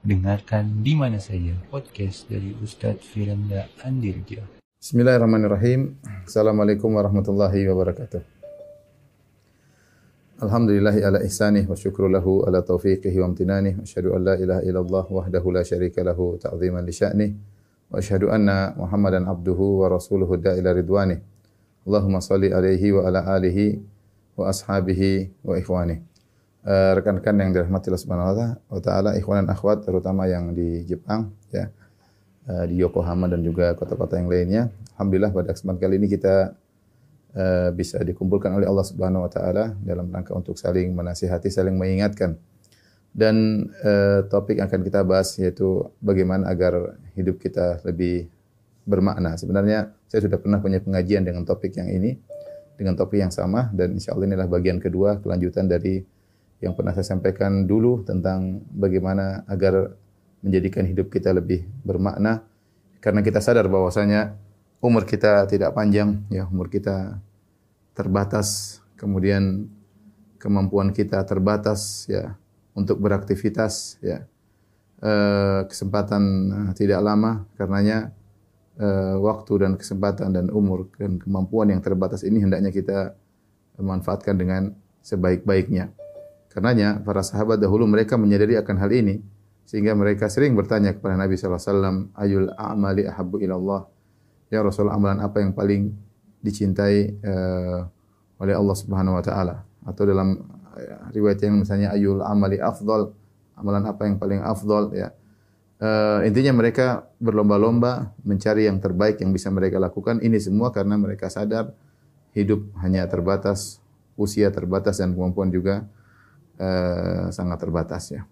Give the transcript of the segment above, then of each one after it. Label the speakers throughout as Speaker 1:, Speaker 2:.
Speaker 1: Dengarkan di mana saja podcast dari Ustadz Firanda Andirja.
Speaker 2: Bismillahirrahmanirrahim. Assalamualaikum warahmatullahi wabarakatuh. Alhamdulillahi ala ihsanih wa syukru lahu ala taufiqihi wa amtinanih. Wa asyhadu an la ilaha illallah wahdahu la syarika lahu ta'ziman li sya'nih. Wa asyhadu anna Muhammadan abduhu wa rasuluhu da'ila ridwanih. Allahumma salli alaihi wa ala alihi wa ashabihi wa ikhwanih. Rekan-rekan yang dirahmati Allah Subhanahu wa taala, ikhwan dan akhwat terutama yang di Jepang ya, di Yokohama dan juga kota-kota yang lainnya. Alhamdulillah pada kesempatan kali ini kita bisa dikumpulkan oleh Allah Subhanahu wa taala dalam rangka untuk saling menasihati, saling mengingatkan. Dan topik yang akan kita bahas yaitu bagaimana agar hidup kita lebih bermakna. Sebenarnya saya sudah pernah punya pengajian dengan topik yang ini, dengan topik yang sama, dan insyaallah inilah bagian kedua, kelanjutan dari yang pernah saya sampaikan dulu tentang bagaimana agar menjadikan hidup kita lebih bermakna, karena kita sadar bahwasanya umur kita tidak panjang ya, umur kita terbatas, kemudian kemampuan kita terbatas ya untuk beraktivitas ya, kesempatan tidak lama, karenanya waktu dan kesempatan dan umur dan kemampuan yang terbatas ini hendaknya kita manfaatkan dengan sebaik-baiknya. Karenanya para sahabat dahulu mereka menyadari akan hal ini sehingga mereka sering bertanya kepada Nabi sallallahu alaihi wasallam, ayul a'mali ahabbu ila Allah? Ya Rasulullah, amalan apa yang paling dicintai oleh Allah Subhanahu wa taala? Atau dalam riwayat yang misalnya ayul amali afdal, amalan apa yang paling afdal ya. Intinya mereka berlomba-lomba mencari yang terbaik yang bisa mereka lakukan. Ini semua karena mereka sadar hidup hanya terbatas, usia terbatas dan kemampuan juga sangat terbatas ya.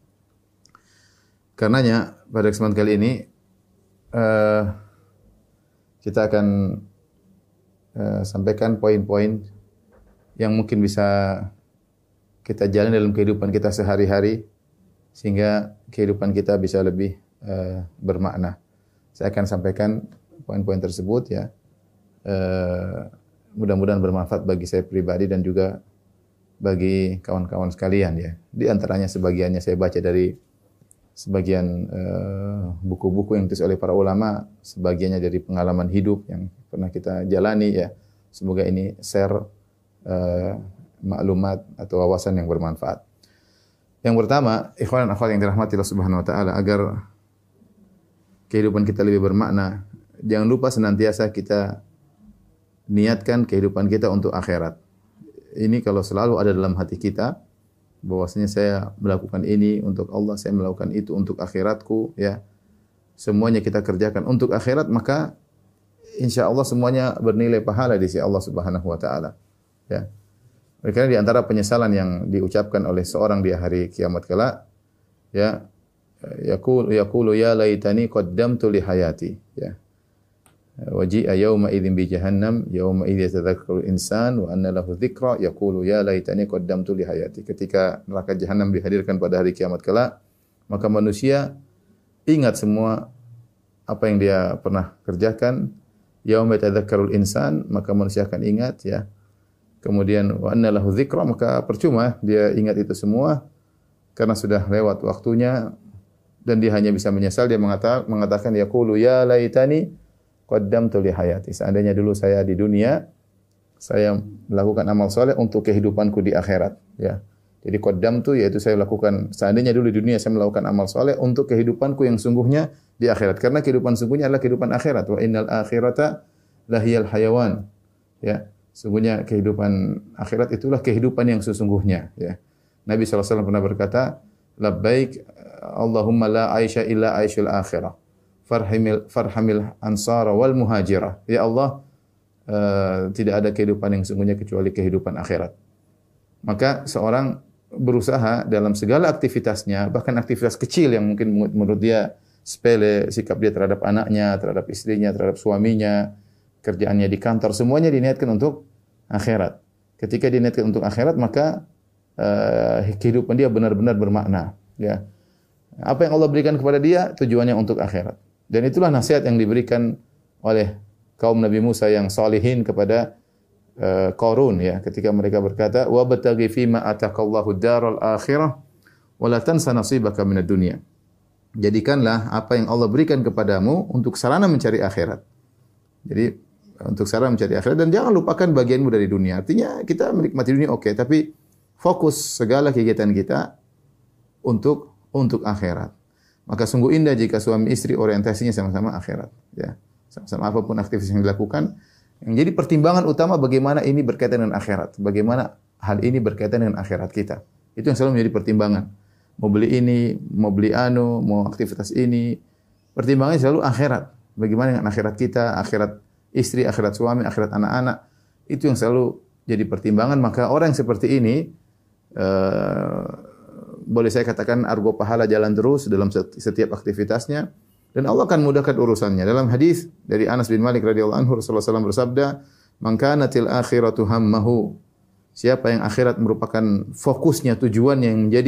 Speaker 2: Karenanya pada kesempatan kali ini kita akan sampaikan poin-poin yang mungkin bisa kita jalani dalam kehidupan kita sehari-hari sehingga kehidupan kita bisa lebih bermakna. Saya akan sampaikan poin-poin tersebut ya. Mudah-mudahan bermanfaat bagi saya pribadi dan juga bagi kawan-kawan sekalian ya. Di antaranya sebagiannya saya baca dari sebagian buku-buku yang ditulis oleh para ulama, sebagiannya dari pengalaman hidup yang pernah kita jalani ya. Semoga ini share maklumat atau wawasan yang bermanfaat. Yang pertama, ikhwan dan akhwat yang dirahmati Allah Subhanahu wa taala, agar kehidupan kita lebih bermakna, jangan lupa senantiasa kita niatkan kehidupan kita untuk akhirat. Ini kalau selalu ada dalam hati kita, bahwasanya saya melakukan ini untuk Allah, saya melakukan itu untuk akhiratku ya. Semuanya kita kerjakan untuk akhirat, maka insyaallah semuanya bernilai pahala di sisi Allah Subhanahu wa taala. Ya. Karena di antara penyesalan yang diucapkan oleh seorang di hari kiamat kelak ya, yaqulu ya laitani qaddamtu li hayati ya. Waji'a yawma idzin bi jahannam yawma idz yatadzakkaru insan wa anna lahu dzikra yaqulu ya laitani qaddamtu li hayati. Ketika neraka jahanam dihadirkan pada hari kiamat kelak, maka manusia ingat semua apa yang dia pernah kerjakan. Yauma yatadzakkarul insan, maka manusia akan ingat ya. Kemudian wa anna lahu dzikra, maka percuma dia ingat itu semua karena sudah lewat waktunya dan dia hanya bisa menyesal. Dia mengatakan yaqulu ya laitani qaddamtu li hayati. Seandainya dulu saya di dunia, saya melakukan amal soleh untuk kehidupanku di akhirat. Ya. Jadi qaddamtu yaitu saya lakukan, seandainya dulu di dunia saya melakukan amal soleh untuk kehidupanku yang sungguhnya di akhirat. Karena kehidupan sungguhnya adalah kehidupan akhirat. Wa innal akhirata lahiyal hayawan. Ya. Sungguhnya kehidupan akhirat itulah kehidupan yang sesungguhnya. Ya. Nabi SAW pernah berkata, labbaik Allahumma la aisha illa aishul akhirah. Farhamil ansara wal muhajirah. Ya Allah, tidak ada kehidupan yang sungguhnya kecuali kehidupan akhirat. Maka seorang berusaha dalam segala aktivitasnya, bahkan aktivitas kecil yang mungkin menurut dia sepele, sikap dia terhadap anaknya, terhadap istrinya, terhadap suaminya, kerjaannya di kantor, semuanya diniatkan untuk akhirat. Ketika diniatkan untuk akhirat, maka kehidupan dia benar-benar bermakna. Ya. Apa yang Allah berikan kepada dia, tujuannya untuk akhirat. Dan itulah nasihat yang diberikan oleh kaum Nabi Musa yang salihin kepada Qarun ya, ketika mereka berkata wa bataghi fima ataqallahu daral akhirah wa la tansa nasibaka minad dunya. jadikanlah apa yang Allah berikan kepadamu untuk sarana mencari akhirat. Jadi untuk sarana mencari akhirat dan jangan lupakan bagianmu dari dunia. Artinya kita menikmati dunia oke, tapi fokus segala kegiatan kita untuk akhirat. Maka sungguh indah jika suami istri orientasinya sama-sama akhirat, ya. Sama-sama apapun aktivitas yang dilakukan, yang jadi pertimbangan utama bagaimana ini berkaitan dengan akhirat, bagaimana hal ini berkaitan dengan akhirat kita. Itu yang selalu menjadi pertimbangan. Mau beli ini, mau beli mau aktivitas ini, pertimbangannya selalu akhirat. Bagaimana dengan akhirat kita, akhirat istri, akhirat suami, akhirat anak-anak. Itu yang selalu jadi pertimbangan. Maka orang yang seperti ini, boleh saya katakan argo pahala jalan terus dalam setiap aktivitasnya. Dan Allah akan mudahkan urusannya. Dalam hadis dari Anas bin Malik radhiyallahu anhu, Rasulullah SAW bersabda, "Man kanatil akhiratu hammahu." Siapa yang akhirat merupakan fokusnya, tujuannya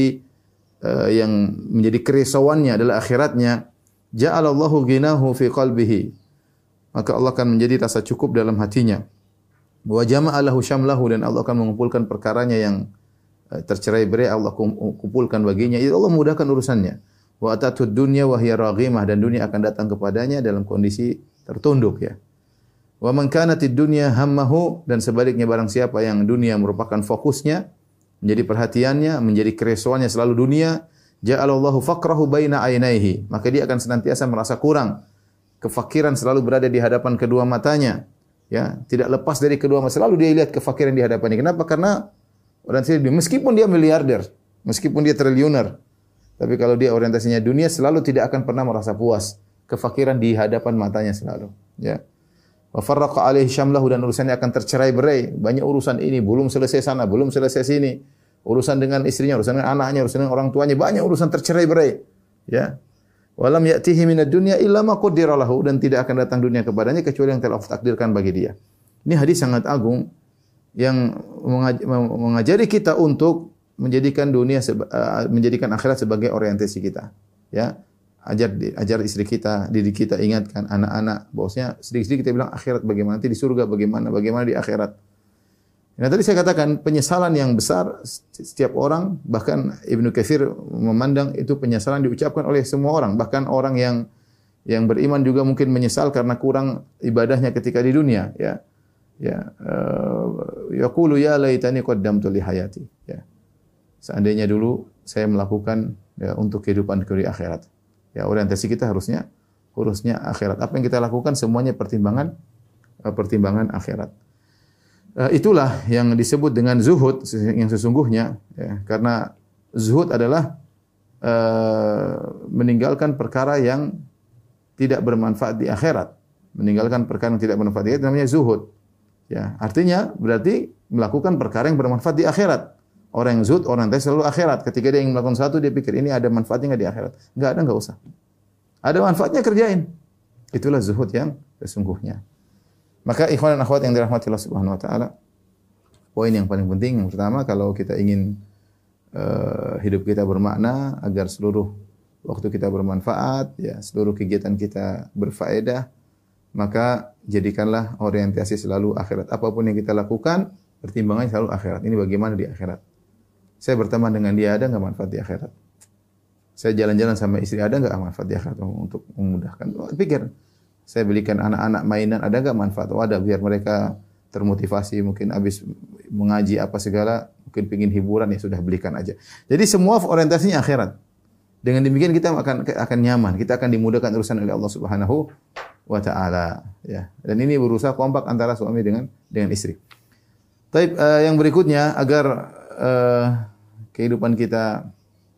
Speaker 2: yang menjadi kerisauannya adalah akhiratnya, ja'alallahu ghinahu fi qalbihi. Maka Allah akan menjadi rasa cukup dalam hatinya. Wa jama'a lahu syamlahu, dan Allah akan mengumpulkan perkaranya yang tercerai-berai, Allah kumpulkan baginya. Itu Allah mudahkan urusannya. Wa atatud dunya wa hiya raghimah, dan dunia akan datang kepadanya dalam kondisi tertunduk, ya. Wa man kanatid dunya hammahu, dan sebaliknya barang siapa yang dunia merupakan fokusnya, menjadi perhatiannya, menjadi keresahannya selalu dunia, ja'alallahu faqrahu baina ainaihi, maka dia akan senantiasa merasa kurang. Kefakiran selalu berada di hadapan kedua matanya, ya, tidak lepas dari kedua mata, selalu dia lihat kefakiran di hadapannya. Kenapa? Karena orang sendiri meskipun dia miliarder, meskipun dia triliuner, tapi kalau dia orientasinya dunia, selalu tidak akan pernah merasa puas. Kefakiran di hadapan matanya selalu, ya. Wa farraqa alaihi syamlahu, dan urusannya akan tercerai-berai. Banyak urusan ini, belum selesai sana, belum selesai sini. Urusan dengan istrinya, urusan dengan anaknya, urusan dengan orang tuanya, banyak urusan tercerai-berai. Ya. Walam ya'tihi minad dunya illa ma qaddara lahu, dan tidak akan datang dunia kepadanya kecuali yang telah Allah takdirkan bagi dia. Ini hadis sangat agung yang mengajari kita untuk menjadikan menjadikan akhirat sebagai orientasi kita. Ya. Ajar istri kita, diri kita, ingatkan anak-anak, bahwasanya sedikit-sedikit kita bilang akhirat bagaimana, nanti di surga bagaimana di akhirat. Nah, tadi saya katakan penyesalan yang besar setiap orang, bahkan Ibnu Katsir memandang itu penyesalan diucapkan oleh semua orang, bahkan orang yang beriman juga mungkin menyesal karena kurang ibadahnya ketika di dunia, ya. Ya, yaqulu ya laitani qaddamtu li hayati, ya. Seandainya dulu saya melakukan, ya, untuk kehidupan di akhirat. Ya, orientasi kita harusnya akhirat. Apa yang kita lakukan semuanya pertimbangan akhirat. Itulah yang disebut dengan zuhud yang sesungguhnya, ya, karena zuhud adalah meninggalkan perkara yang tidak bermanfaat di akhirat. Meninggalkan perkara yang tidak bermanfaat di akhirat namanya zuhud. Ya, artinya berarti melakukan perkara yang bermanfaat di akhirat. Orang yang zuhud, orang yang selalu akhirat. Ketika dia ingin melakukan sesuatu, dia pikir ini ada manfaatnya nggak di akhirat? Nggak ada, nggak usah. Ada manfaatnya, kerjain. Itulah zuhud yang sesungguhnya. Maka ikhwan dan akhwat yang dirahmati Allah Subhanahu wa taala, poin yang paling penting yang pertama, kalau kita ingin hidup kita bermakna, agar seluruh waktu kita bermanfaat, ya, seluruh kegiatan kita berfaedah, maka jadikanlah orientasi selalu akhirat. Apapun yang kita lakukan, pertimbangannya selalu akhirat. Ini bagaimana di akhirat? Saya berteman dengan dia, ada nggak manfaat di akhirat? Saya jalan-jalan sama istri, ada nggak manfaat di akhirat untuk memudahkan? Pikir, saya belikan anak-anak mainan, ada nggak manfaat? Oh, ada, biar mereka termotivasi, mungkin habis mengaji apa segala, mungkin pingin hiburan, ya sudah belikan aja. Jadi semua orientasinya akhirat. Dengan demikian kita akan nyaman, kita akan dimudahkan urusan oleh Allah Subhanahu wa taala, ya. Dan ini berusaha kompak antara suami dengan istri. Tapi yang berikutnya, agar kehidupan kita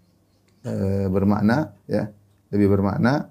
Speaker 2: bermakna, ya, lebih bermakna,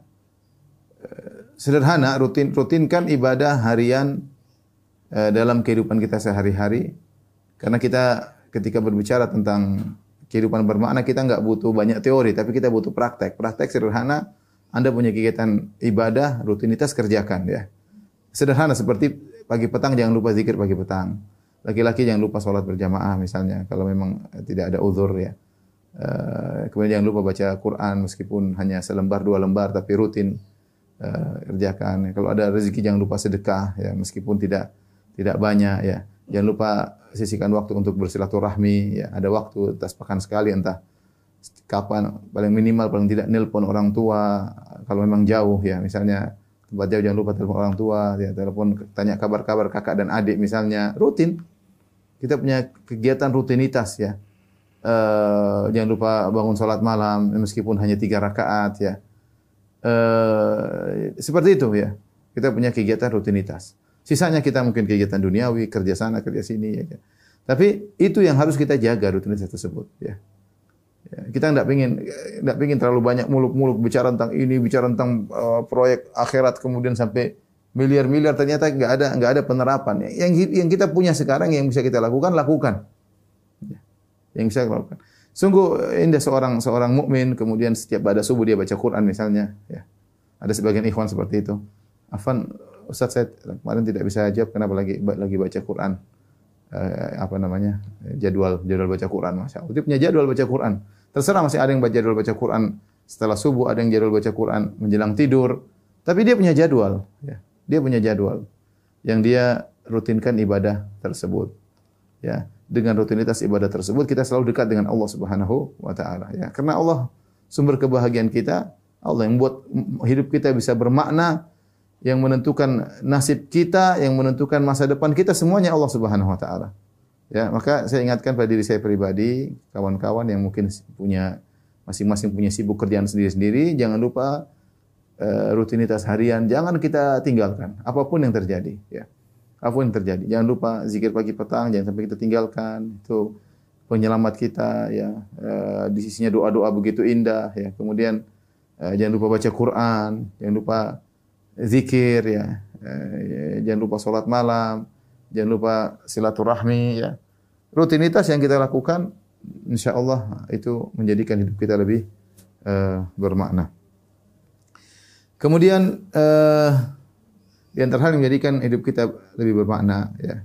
Speaker 2: sederhana, rutinkan ibadah harian dalam kehidupan kita sehari-hari. Karena kita ketika berbicara tentang kehidupan bermakna, kita nggak butuh banyak teori, tapi kita butuh praktek. Praktek sederhana, Anda punya kegiatan ibadah, rutinitas, kerjakan, ya. Sederhana seperti pagi petang jangan lupa zikir pagi petang. Laki-laki jangan lupa sholat berjamaah misalnya, kalau memang tidak ada uzur, ya. Kemudian jangan lupa baca Quran meskipun hanya selembar dua lembar, tapi rutin kerjakan. Kalau ada rezeki jangan lupa sedekah, ya, meskipun tidak banyak, ya. Jangan lupa sisihkan waktu untuk bersilaturahmi, ya. Ada waktu tas pekan sekali, entah kapan paling minimal paling tidak nelpon orang tua kalau memang jauh ya, misalnya tempat jauh jangan lupa telepon orang tua, ya, telepon tanya kabar-kabar kakak dan adik misalnya, rutin. Kita punya kegiatan rutinitas ya. Jangan lupa bangun sholat malam meskipun hanya 3 rakaat ya. Seperti itu ya. Kita punya kegiatan rutinitas. Sisanya kita mungkin kegiatan duniawi, kerja sana, kerja sini ya. Tapi itu yang harus kita jaga rutinitas tersebut ya. Ya, kita enggak pengin terlalu banyak muluk-muluk bicara tentang ini, bicara tentang proyek akhirat kemudian sampai miliar-miliar, ternyata enggak ada penerapan. Yang kita punya sekarang yang bisa kita lakukan. Ya, yang bisa kita lakukan. Sungguh indah seorang mukmin kemudian setiap pada subuh dia baca Quran misalnya ya. Ada sebagian ikhwan seperti itu. Afan, Ustaz saya kemarin tidak bisa jawab kenapa lagi baca Quran. Jadwal baca Quran, Masya Allah. Dia punya jadwal baca Quran. Terserah, masih ada yang jadwal baca Quran setelah subuh, ada yang jadwal baca Quran menjelang tidur. Tapi dia punya jadwal, ya. Dia punya jadwal yang dia rutinkan ibadah tersebut. Ya, dengan rutinitas ibadah tersebut kita selalu dekat dengan Allah Subhanahu wa taala, ya. Karena Allah sumber kebahagiaan kita, Allah yang buat hidup kita bisa bermakna, yang menentukan nasib kita, yang menentukan masa depan kita, semuanya Allah Subhanahu wa taala. Ya, maka saya ingatkan pada diri saya pribadi, kawan-kawan yang mungkin punya masing-masing punya sibuk kerjaan sendiri-sendiri, jangan lupa rutinitas harian jangan kita tinggalkan apapun yang terjadi ya. Apapun yang terjadi, jangan lupa zikir pagi petang jangan sampai kita tinggalkan. Itu penyelamat kita ya. Di sisinya doa-doa begitu indah ya. Kemudian jangan lupa baca Quran, jangan lupa zikir ya. Jangan lupa salat malam, jangan lupa silaturahmi ya. Rutinitas yang kita lakukan insyaallah itu menjadikan hidup kita lebih bermakna. Kemudian di antara hal yang menjadikan hidup kita lebih bermakna ya.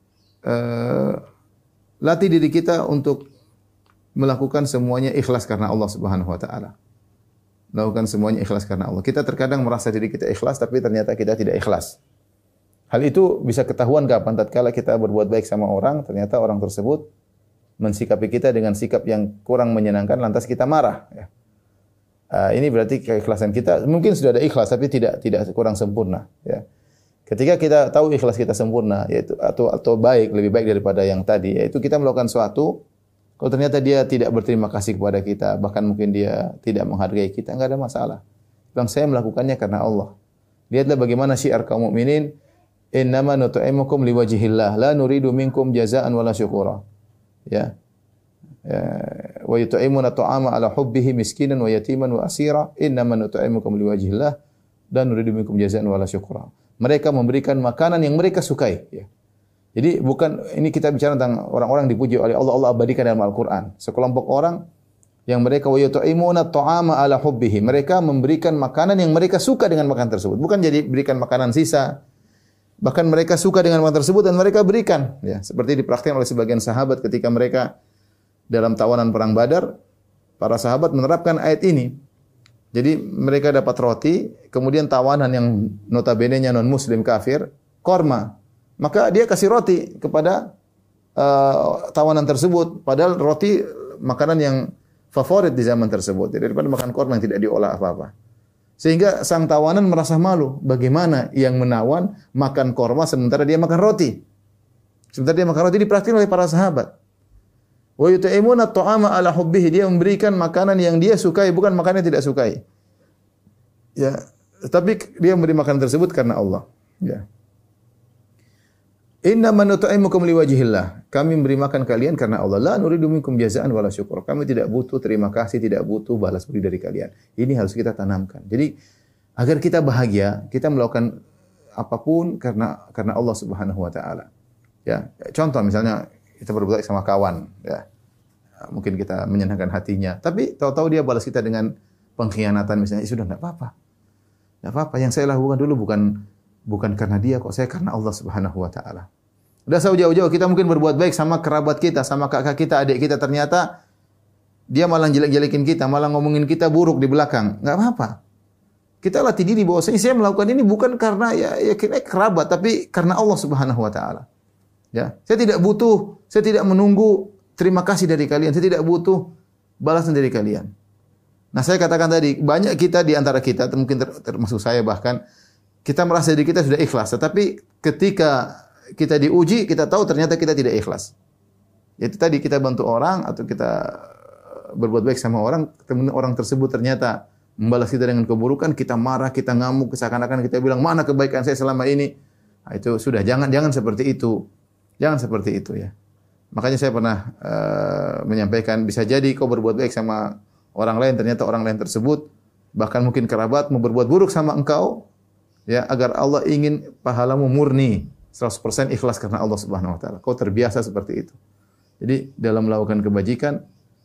Speaker 2: Latih diri kita untuk melakukan semuanya ikhlas karena Allah Subhanahu wa taala. Melakukan semuanya ikhlas karena Allah. Kita terkadang merasa diri kita ikhlas tapi ternyata kita tidak ikhlas. Hal itu bisa ketahuan kapan? Tatkala kita berbuat baik sama orang, ternyata orang tersebut mensikapi kita dengan sikap yang kurang menyenangkan, lantas kita marah. Ya. Ini berarti keikhlasan kita mungkin sudah ada ikhlas, tapi tidak kurang sempurna. Ya. Ketika kita tahu ikhlas kita sempurna, yaitu atau baik, lebih baik daripada yang tadi, yaitu kita melakukan suatu, kalau ternyata dia tidak berterima kasih kepada kita, bahkan mungkin dia tidak menghargai kita, enggak ada masalah. Bang, saya melakukannya karena Allah. Lihatlah bagaimana syiar kaum mukminin, innama nut'imukum liwajhillah la nuridu minkum jazaa'an wala syukura. Ya. Wa yut'imuna ta'ama ala hubbihi miskinan wa yatiman wa asira innama nut'imukum liwajhillah la nuridu minkum jazaa'an wala syukura. Mereka memberikan makanan yang mereka sukai ya. Jadi bukan ini kita bicara tentang orang-orang dipuji oleh Allah, Allah abadikan dalam Al-Qur'an. Sekelompok orang yang mereka wa yut'imuna ta'ama ala hubbihi, mereka memberikan makanan yang mereka suka dengan makanan tersebut. Bukan jadi berikan makanan sisa. Bahkan mereka suka dengan makanan tersebut dan mereka berikan. Ya, seperti dipraktikkan oleh sebagian sahabat ketika mereka dalam tawanan perang Badar, para sahabat menerapkan ayat ini. Jadi mereka dapat roti, kemudian tawanan yang notabene-nya non-muslim kafir, korma. Maka dia kasih roti kepada tawanan tersebut. Padahal roti makanan yang favorit di zaman tersebut. Daripada makan korma yang tidak diolah apa-apa. Sehingga sang tawanan merasa malu. Bagaimana yang menawan makan korma sementara dia makan roti. Sementara dia makan roti dipraktikkan oleh para sahabat. Wa yut'imuna ta'ama ala hubbihi, dia memberikan makanan yang dia sukai, bukan makanan yang tidak sukai. Ya, tapi dia memberi makanan tersebut karena Allah. Ya. Inna man nut'imukum liwajhillah. Kami memberi makan kalian karena Allah. La nuridu minkum jazaa'an wala syukur. Kami tidak butuh terima kasih, tidak butuh balas budi dari kalian. Ini harus kita tanamkan. Jadi agar kita bahagia, kita melakukan apapun karena Allah Subhanahu wa taala. Ya, contoh misalnya kita berbuat sama kawan, ya. Mungkin kita menyenangkan hatinya, tapi tahu-tahu dia balas kita dengan pengkhianatan misalnya, sudah enggak apa-apa. Enggak apa-apa, yang saya lakukan dulu bukan karena dia kok, saya karena Allah Subhanahu wa taala. Udah jauh-jauh kita mungkin berbuat baik sama kerabat kita, sama kakak kita, adik kita, ternyata dia malah jelek-jelekin kita, malah ngomongin kita buruk di belakang. Enggak apa-apa. Kita latih diri bahwa saya melakukan ini bukan karena ya kerabat, tapi karena Allah Subhanahu wa taala. Ya, saya tidak menunggu terima kasih dari kalian. Saya tidak butuh balasan dari kalian. Nah, saya katakan tadi, banyak kita di antara kita, mungkin termasuk saya bahkan, kita merasa diri kita sudah ikhlas, tetapi ketika kita diuji, kita tahu ternyata kita tidak ikhlas. Itu tadi kita bantu orang atau kita berbuat baik sama orang, kemudian orang tersebut ternyata membalas kita dengan keburukan, kita marah, kita ngamuk, seakan-akan kita bilang, mana kebaikan saya selama ini? Nah, itu sudah, jangan seperti itu. Jangan seperti itu ya. Makanya saya pernah menyampaikan, bisa jadi kau berbuat baik sama orang lain, ternyata orang lain tersebut, bahkan mungkin kerabat, mau berbuat buruk sama engkau, ya, agar Allah ingin pahalamu murni, 100% ikhlas karena Allah Subhanahu wa taala. Kau terbiasa seperti itu. Jadi dalam melakukan kebajikan,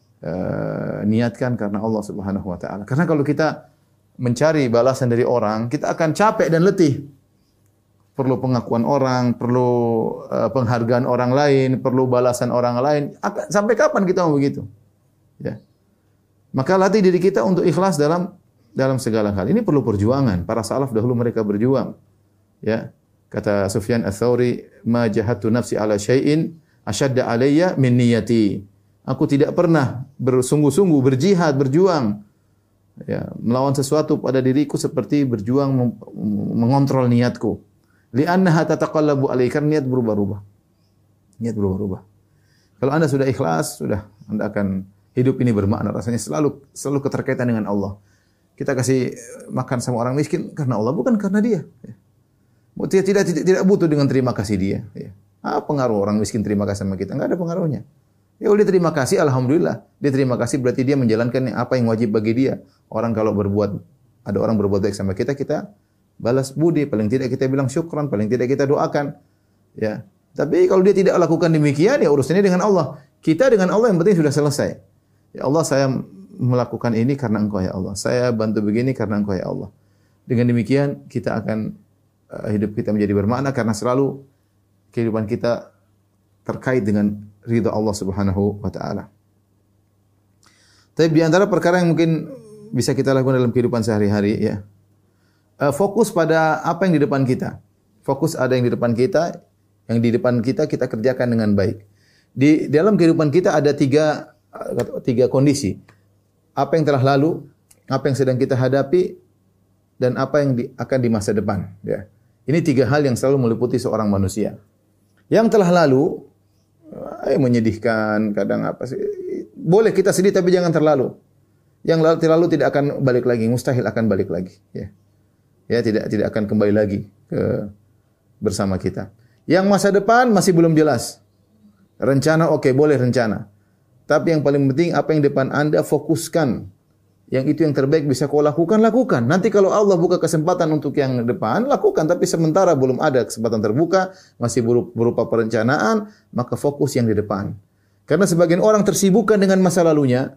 Speaker 2: niatkan karena Allah Subhanahu wa taala. Karena kalau kita mencari balasan dari orang, kita akan capek dan letih. Perlu pengakuan orang, perlu penghargaan orang lain, perlu balasan orang lain. Sampai kapan kita mau begitu? Ya. Maka latih diri kita untuk ikhlas dalam segala hal. Ini perlu perjuangan. Para salaf dahulu mereka berjuang. Ya. Kata Sufyan Ats-Tsauri, "Ma jahadtu nafsi ala syai'in asyadda alayya min niyati." Aku tidak pernah bersungguh-sungguh berjihad, berjuang, ya, melawan sesuatu pada diriku seperti berjuang mengontrol niatku. Li'annaha tataqallabu alayka, niat berubah-ubah. Niat berubah-ubah. Kalau Anda sudah ikhlas, sudah Anda akan hidup ini bermakna, rasanya selalu keterkaitan dengan Allah. Kita kasih makan sama orang miskin karena Allah, bukan karena dia. Dia tidak butuh dengan terima kasih dia. Apa pengaruh orang miskin terima kasih sama kita? Enggak ada pengaruhnya. Ya udah terima kasih, alhamdulillah. Dia terima kasih berarti dia menjalankan apa yang wajib bagi dia. Ada orang berbuat baik sama kita, kita balas budi, paling tidak kita bilang syukran, paling tidak kita doakan. Ya. Tapi kalau dia tidak lakukan demikian, ya urusannya dengan Allah. Kita dengan Allah yang penting sudah selesai. Ya Allah, saya melakukan ini karena Engkau ya Allah. Saya bantu begini karena Engkau ya Allah. Dengan demikian kita akan hidup kita menjadi bermakna karena selalu kehidupan kita terkait dengan ridha Allah Subhanahu wa taala. Tapi di antara perkara yang mungkin bisa kita lakukan dalam kehidupan sehari-hari, ya, fokus pada apa yang di depan kita. Fokus ada yang di depan kita, yang di depan kita kita kerjakan dengan baik. Di dalam kehidupan kita ada tiga kondisi. Apa yang telah lalu, apa yang sedang kita hadapi, dan apa yang akan di masa depan. Ya. Ini tiga hal yang selalu meliputi seorang manusia. Yang telah lalu, menyedihkan, kadang apa sih? Boleh kita sedih tapi jangan terlalu. Yang terlalu tidak akan balik lagi, mustahil akan balik lagi. Ya, tidak akan kembali lagi bersama kita. Yang masa depan masih belum jelas. Rencana oke, boleh rencana. Tapi yang paling penting apa yang depan Anda fokuskan. Yang itu yang terbaik bisa kau lakukan. Nanti kalau Allah buka kesempatan untuk yang depan, lakukan. Tapi sementara belum ada kesempatan terbuka, masih berupa perencanaan, maka fokus yang di depan. Karena sebagian orang tersibukkan dengan masa lalunya,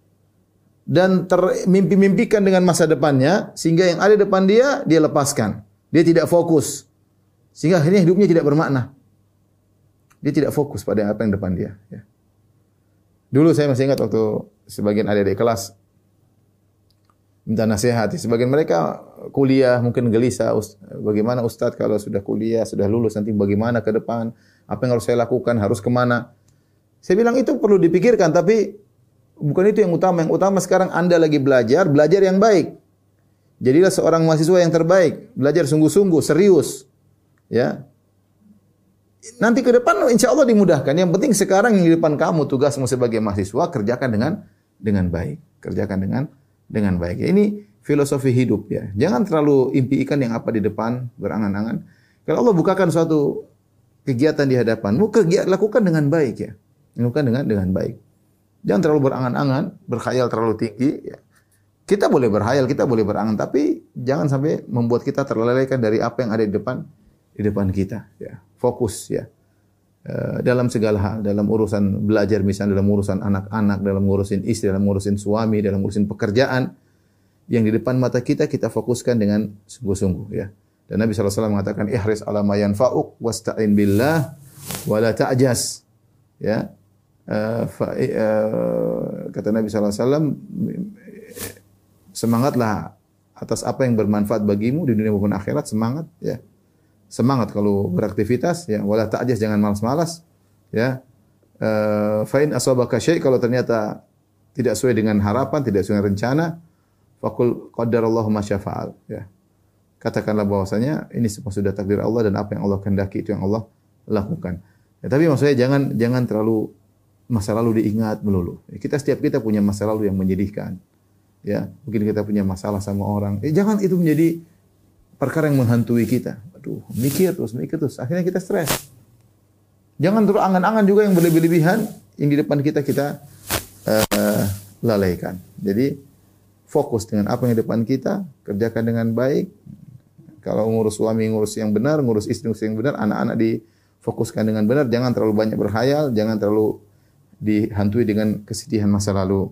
Speaker 2: dan termimpi-mimpikan dengan masa depannya, sehingga yang ada di depan dia lepaskan. Dia tidak fokus. Sehingga akhirnya hidupnya tidak bermakna. Dia tidak fokus pada apa yang depan dia. Ya. Dulu saya masih ingat waktu sebagian adik-adik kelas minta nasihat. Sebagian mereka kuliah, mungkin gelisah. Bagaimana Ustadz kalau sudah kuliah, sudah lulus, nanti bagaimana ke depan? Apa yang harus saya lakukan? Harus kemana? Saya bilang itu perlu dipikirkan, tapi bukan itu yang utama. Yang utama sekarang Anda lagi belajar yang baik. Jadilah seorang mahasiswa yang terbaik. Belajar sungguh-sungguh, serius. Ya. Nanti ke depan insya Allah dimudahkan. Yang penting sekarang yang di depan kamu, tugasmu sebagai mahasiswa, kerjakan dengan baik. Kerjakan dengan baik. Ya, ini filosofi hidup ya. Jangan terlalu impikan yang apa di depan, berangan-angan. Kalau Allah bukakan suatu kegiatan di hadapanmu, lakukan dengan baik ya. Lakukan dengan baik. Jangan terlalu berangan-angan, berkhayal terlalu tinggi. Ya. Kita boleh berkhayal, kita boleh berangan, tapi jangan sampai membuat kita terlelehkan dari apa yang ada di depan kita. Ya. Fokus ya. Dalam segala hal, dalam urusan belajar misalnya, dalam urusan anak-anak, dalam ngurusin istri, dalam ngurusin suami, dalam ngurusin pekerjaan, yang di depan mata kita fokuskan dengan sungguh-sungguh ya. Dan Nabi SAW mengatakan, ihris ala ma yanfa'uk wasta'in billah wa la ta'jas. Ya. Kata Nabi SAW, semangatlah atas apa yang bermanfaat bagimu di dunia maupun akhirat, semangat ya. Semangat kalau beraktivitas ya, wala ta'jas, jangan malas-malas ya. Fa in asabaka syai', kalau ternyata tidak sesuai dengan harapan, tidak sesuai dengan rencana, faqul qadarallahu ma syafa'al, ya. Katakanlah bahwasanya ini semua sudah takdir Allah dan apa yang Allah kehendaki itu yang Allah lakukan. Ya, tapi maksudnya jangan terlalu masa lalu diingat melulu. Setiap kita punya masa lalu yang menyedihkan. Ya, mungkin kita punya masalah sama orang. Jangan itu menjadi perkara yang menghantui kita. Aduh, mikir terus. Akhirnya kita stres. Jangan terus angan-angan juga yang berlebihan yang di depan kita lalaikan. Jadi fokus dengan apa yang di depan kita, kerjakan dengan baik. Kalau ngurus suami, ngurus yang benar, ngurus istri, ngurus yang benar, anak-anak difokuskan dengan benar, jangan terlalu banyak berhayal, jangan terlalu dihantui dengan kesedihan masa lalu.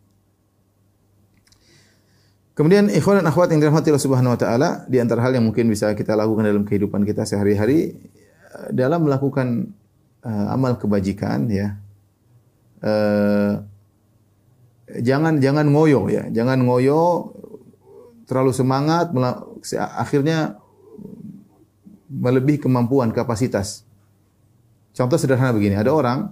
Speaker 2: Kemudian ikhwan dan akhwat yang dirahmati Allah Subhanahu wa taala, di antara hal yang mungkin bisa kita lakukan dalam kehidupan kita sehari-hari dalam melakukan amal kebajikan, ya. Jangan ngoyo, ya. Jangan ngoyo terlalu semangat akhirnya melebihi kemampuan, kapasitas. Contoh sederhana begini, ada orang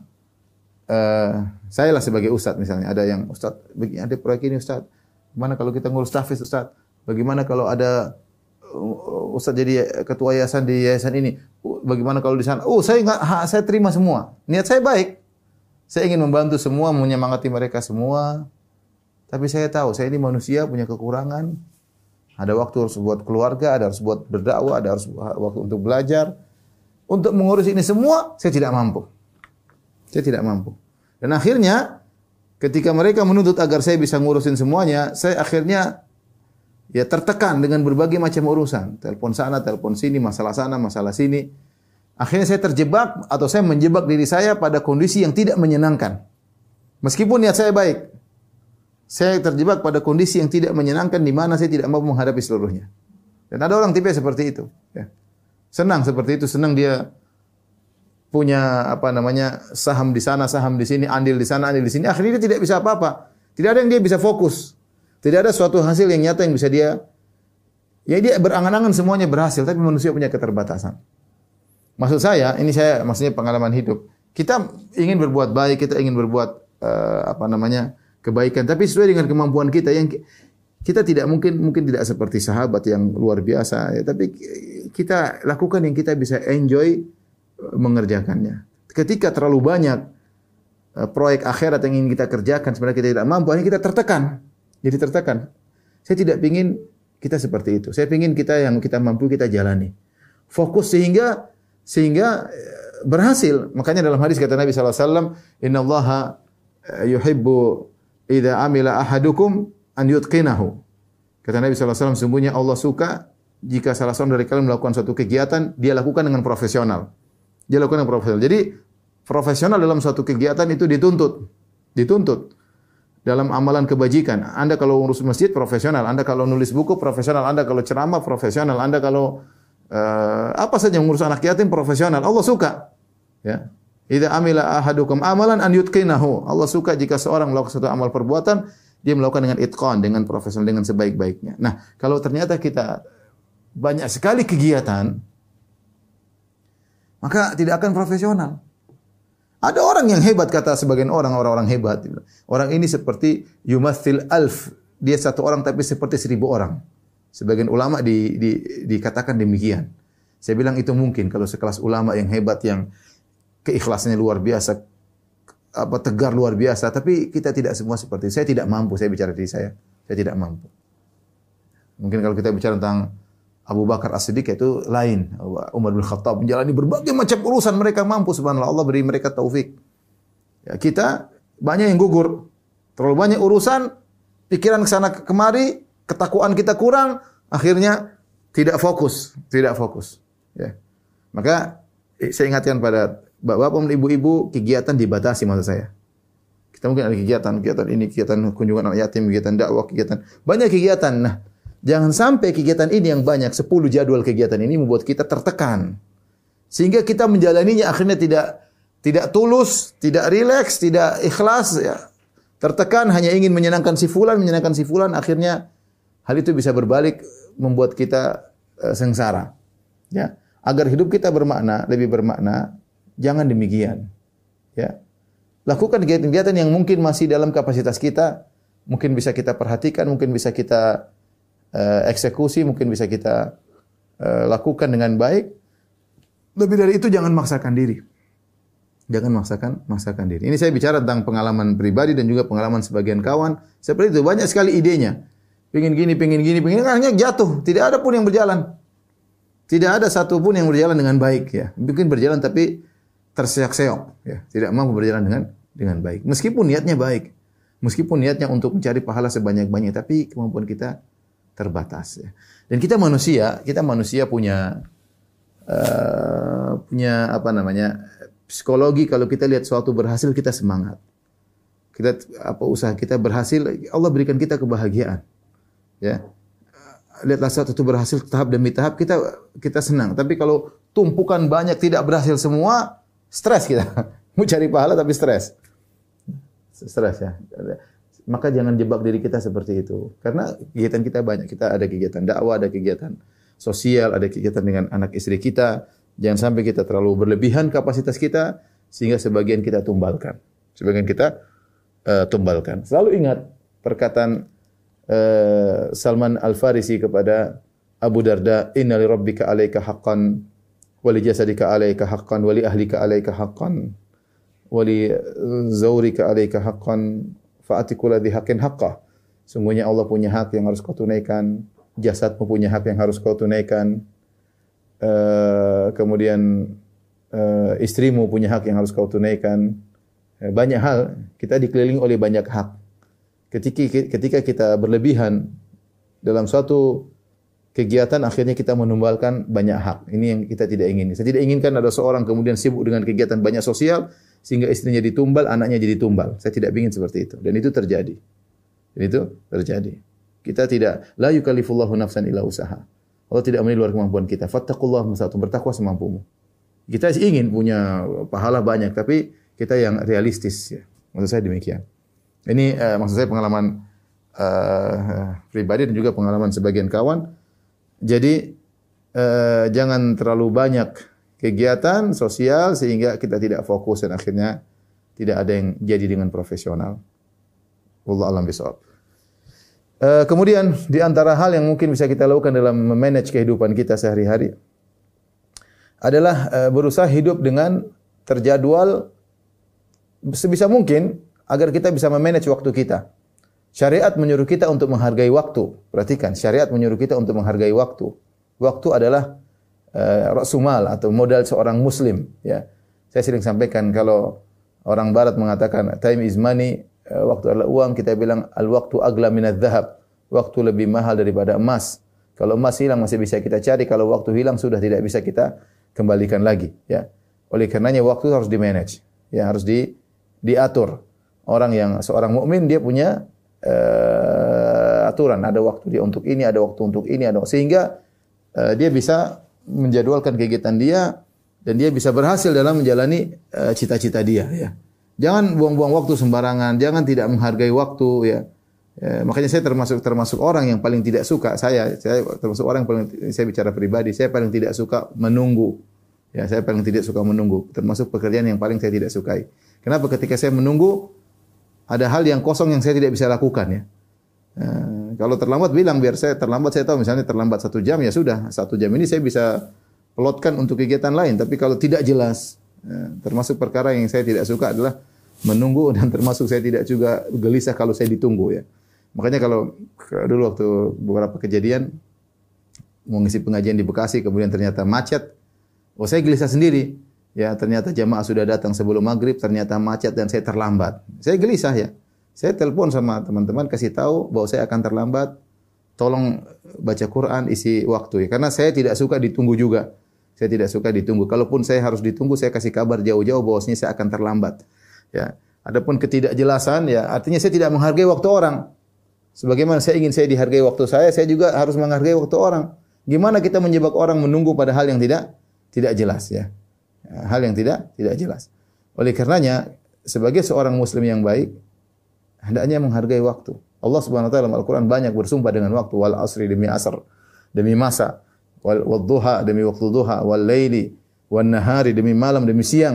Speaker 2: saya lah sebagai ustadz misalnya, ada yang ustadz, ada proyek ini ustadz, gimana kalau kita ngurus tahfiz ustadz, bagaimana kalau ada ustadz jadi ketua yayasan di yayasan ini, bagaimana kalau di sana, saya terima semua, niat saya baik, saya ingin membantu semua, menyemangati mereka semua, tapi saya tahu saya ini manusia punya kekurangan, ada waktu harus buat keluarga, ada harus buat berdakwah, ada harus waktu untuk belajar, untuk mengurus ini semua saya tidak mampu. Saya tidak mampu. Dan akhirnya ketika mereka menuntut agar saya bisa ngurusin semuanya, saya akhirnya ya tertekan dengan berbagai macam urusan. Telepon sana, telepon sini, masalah sana, masalah sini. Akhirnya saya terjebak atau saya menjebak diri saya pada kondisi yang tidak menyenangkan. Meskipun niat saya baik, saya terjebak pada kondisi yang tidak menyenangkan di mana saya tidak mampu menghadapi seluruhnya. Dan ada orang tipe seperti itu. Ya. Senang seperti itu, senang dia punya saham di sana, saham di sini, andil di sana, andil di sini. Akhirnya dia tidak bisa apa-apa. Tidak ada yang dia bisa fokus. Tidak ada suatu hasil yang nyata yang bisa dia. Ya dia berangan-angan semuanya berhasil, tapi manusia punya keterbatasan. Maksud saya, maksudnya pengalaman hidup. Kita ingin berbuat baik, kita ingin berbuat kebaikan, tapi sesuai dengan kemampuan kita yang kita tidak mungkin tidak seperti sahabat yang luar biasa, ya, tapi kita lakukan yang kita bisa enjoy mengerjakannya. Ketika terlalu banyak proyek akhirat yang ingin kita kerjakan sebenarnya kita tidak mampu, akhirnya kita tertekan. Jadi tertekan. Saya tidak ingin kita seperti itu. Saya ingin kita yang kita mampu kita jalani. Fokus sehingga berhasil. Makanya dalam hadis kata Nabi sallallahu alaihi wasallam, "Innallaha yuhibbu idza amila ahadukum an yutqinahu." Kata Nabi sallallahu alaihi wasallam, sungguhnya Allah suka jika salah seorang dari kalian melakukan suatu kegiatan, dia lakukan dengan profesional. Dia lakukan dengan profesional. Jadi profesional dalam suatu kegiatan itu dituntut. Dalam amalan kebajikan. Anda kalau ngurus masjid profesional, Anda kalau nulis buku profesional, Anda kalau ceramah profesional, Anda kalau apa saja ngurus anak yatim profesional. Allah suka. Ya. Idza amila ahadukum amalan an yutqinahu. Allah suka jika seorang melakukan suatu amal perbuatan, dia melakukan dengan itqan, dengan profesional, dengan sebaik-baiknya. Nah, kalau ternyata kita banyak sekali kegiatan, maka tidak akan profesional. Ada orang yang hebat, kata sebagian orang hebat. Orang ini seperti yumathil alf. Dia satu orang tapi seperti 1000 orang. Sebagian ulama dikatakan demikian. Saya bilang itu mungkin kalau sekelas ulama yang hebat, yang keikhlasannya luar biasa, tegar luar biasa. Tapi kita tidak semua seperti itu. Saya tidak mampu, saya bicara diri saya tidak mampu. Mungkin kalau kita bicara tentang Abu Bakar As-Siddiq itu lain. Umar bin Khattab menjalani berbagai macam urusan, mereka mampu, subhanallah, Allah beri mereka taufik. Ya, kita banyak yang gugur. Terlalu banyak urusan, pikiran ke sana kemari, ketakwaan kita kurang, akhirnya tidak fokus. Ya. Maka saya ingatkan pada bapak-bapak dan ibu-ibu, kegiatan dibatasi maksud saya. Kita mungkin ada kegiatan ini, kegiatan kunjungan anak yatim, kegiatan dakwah, kegiatan banyak kegiatan. Nah, jangan sampai kegiatan ini yang banyak, 10 jadwal kegiatan ini membuat kita tertekan. Sehingga kita menjalaninya akhirnya tidak tulus, tidak rileks, tidak ikhlas, ya. Tertekan, hanya ingin menyenangkan si fulan, akhirnya hal itu bisa berbalik membuat kita sengsara. Ya. Agar hidup kita bermakna, lebih bermakna, jangan demikian. Ya. Lakukan kegiatan-kegiatan yang mungkin masih dalam kapasitas kita, mungkin bisa kita perhatikan, mungkin bisa kita eksekusi, mungkin bisa kita lakukan dengan baik. Lebih dari itu jangan maksakan diri. Jangan maksakan diri. Ini saya bicara tentang pengalaman pribadi dan juga pengalaman sebagian kawan. Seperti itu, banyak sekali idenya. Pengen gini, hanya jatuh. Tidak ada pun yang berjalan. Tidak ada satu pun yang berjalan dengan baik ya. Mungkin berjalan tapi terseok-seok ya. Tidak mampu berjalan dengan baik. Meskipun niatnya baik. Meskipun niatnya untuk mencari pahala sebanyak-banyaknya, tapi kemampuan kita terbatas ya. Dan kita manusia punya apa namanya? Psikologi. Kalau kita lihat suatu berhasil, kita semangat. Usaha kita berhasil, Allah berikan kita kebahagiaan. Ya. Lihatlah suatu itu berhasil tahap demi tahap, kita senang. Tapi kalau tumpukan banyak tidak berhasil semua, stres kita. Mau cari pahala tapi stres. Stres ya. Maka jangan jebak diri kita seperti itu. Karena kegiatan kita banyak. Kita ada kegiatan dakwah, ada kegiatan sosial, ada kegiatan dengan anak istri kita. Jangan sampai kita terlalu berlebihan kapasitas kita sehingga sebagian kita tumbalkan. Selalu ingat perkataan Salman Al-Farisi kepada Abu Darda, "Inna li rabbika 'alaika haqqan wa li jasadika 'alaika haqqan wa li ahlika 'alaika haqqan wa li zawrika 'alaika haqqan fa'ati kulli haqqin haqqah." Sungguhnya Allah punya hak yang harus kau tunaikan, jasadmu punya hak yang harus kau tunaikan. Kemudian istrimu punya hak yang harus kau tunaikan. Banyak hal, kita dikelilingi oleh banyak hak. Ketika kita berlebihan dalam suatu kegiatan, akhirnya kita menumbalkan banyak hak. Ini yang kita tidak ingin. Saya tidak inginkan ada seorang kemudian sibuk dengan kegiatan banyak sosial sehingga istrinya ditumbal, anaknya jadi tumbal. Saya tidak ingin seperti itu. Dan itu terjadi. Kita tidak, la yukallifullahu nafsan illa usaha. Allah tidak menilai luar kemampuan kita. Fattaqullaha mastata'tum, bertakwa semampumu. Kita ingin punya pahala banyak, tapi kita yang realistis ya. Maksud saya demikian. Ini maksud saya pengalaman pribadi dan juga pengalaman sebagian kawan. Jadi jangan terlalu banyak kegiatan sosial sehingga kita tidak fokus dan akhirnya tidak ada yang jadi dengan profesional. Wallahu a'lam bishawab. Kemudian di antara hal yang mungkin bisa kita lakukan dalam memanage kehidupan kita sehari-hari adalah berusaha hidup dengan terjadwal sebisa mungkin agar kita bisa memanage waktu kita. Syariat menyuruh kita untuk menghargai waktu. Perhatikan, syariat menyuruh kita untuk menghargai waktu. Waktu adalah ra'sumal atau modal seorang muslim ya. Saya sering sampaikan kalau orang barat mengatakan time is money, waktu adalah uang, kita bilang al-waqtu agla minadz dzahab. Waktu lebih mahal daripada emas. Kalau emas hilang masih bisa kita cari, kalau waktu hilang sudah tidak bisa kita kembalikan lagi, ya. Oleh karenanya waktu harus di-manage, ya, harus diatur. Seorang mukmin dia punya aturan, ada waktu dia untuk ini, ada waktu untuk ini, sehingga dia bisa menjadwalkan kegiatan dia dan dia bisa berhasil dalam menjalani cita-cita dia, ya. Jangan buang-buang waktu sembarangan, jangan tidak menghargai waktu ya. Makanya saya termasuk orang yang paling tidak suka, saya termasuk orang yang paling, saya bicara pribadi, saya paling tidak suka menunggu. Ya, saya paling tidak suka menunggu, termasuk pekerjaan yang paling saya tidak sukai. Kenapa? Ketika saya menunggu ada hal yang kosong yang saya tidak bisa lakukan ya. Kalau terlambat bilang biar saya terlambat, saya tahu misalnya terlambat 1 jam ya sudah, 1 jam ini saya bisa pelotkan untuk kegiatan lain, tapi kalau tidak jelas, termasuk perkara yang saya tidak suka adalah menunggu dan termasuk saya tidak juga gelisah kalau saya ditunggu ya. Makanya kalau dulu waktu beberapa kejadian mau ngisi pengajian di Bekasi kemudian ternyata macet, saya gelisah sendiri. Ya, ternyata jamaah sudah datang sebelum maghrib, ternyata macet dan saya terlambat. Saya gelisah ya. Saya telepon sama teman-teman kasih tahu bahwa saya akan terlambat. Tolong baca Quran isi waktu ya. Karena saya tidak suka ditunggu juga. Saya tidak suka ditunggu. Kalaupun saya harus ditunggu, saya kasih kabar jauh-jauh bahwasanya saya akan terlambat. Ya. Adapun ketidakjelasan ya artinya saya tidak menghargai waktu orang. Sebagaimana saya ingin saya dihargai waktu saya juga harus menghargai waktu orang. Gimana kita menjebak orang menunggu pada hal yang tidak jelas ya. Hal yang tidak jelas. Oleh karenanya sebagai seorang muslim yang baik hendaknya menghargai waktu. Allah Subhanahu wa taala dalam Al-Qur'an banyak bersumpah dengan waktu, wal asri demi asar, demi masa, wal duha demi waktu duha, wal laili wan nahari demi malam demi siang.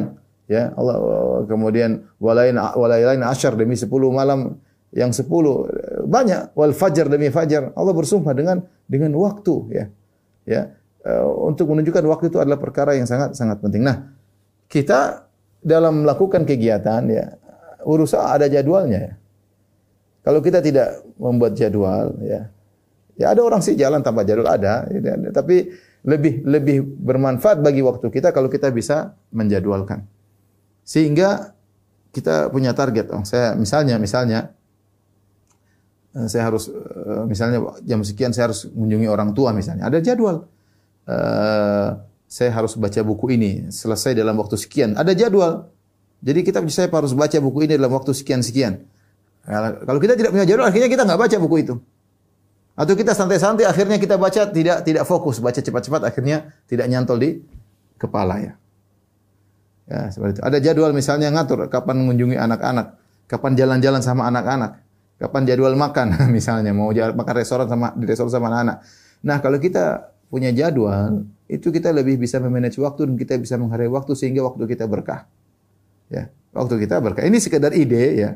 Speaker 2: Ya, Allah kemudian walailain asyar demi 10 malam yang 10 banyak wal fajar demi fajar. Allah bersumpah dengan waktu ya. Ya. Untuk menunjukkan waktu itu adalah perkara yang sangat sangat penting. Nah, kita dalam melakukan kegiatan ya urusan ada jadwalnya ya. Kalau kita tidak membuat jadwal ya ada orang sih jalan tanpa jadwal ada ya, tapi lebih bermanfaat bagi waktu kita kalau kita bisa menjadwalkan. Sehingga kita punya target. Saya misalnya saya harus misalnya jam sekian saya harus mengunjungi orang tua misalnya. Ada jadwal. Saya harus baca buku ini selesai dalam waktu sekian. Ada jadwal. Jadi saya harus baca buku ini dalam waktu sekian-sekian. Kalau kita tidak punya jadwal, akhirnya kita nggak baca buku itu. Atau kita santai-santai, akhirnya kita baca tidak fokus, baca cepat-cepat, akhirnya tidak nyantol di kepala ya. Ya, seperti itu. Ada jadwal misalnya ngatur kapan mengunjungi anak-anak, kapan jalan-jalan sama anak-anak, kapan jadwal makan misalnya mau makan di restoran sama anak-anak. Nah, kalau kita punya jadwal, itu kita lebih bisa memanage waktu dan kita bisa menghargai waktu sehingga waktu kita berkah. Ya, waktu kita berkah. Ini sekedar ide ya.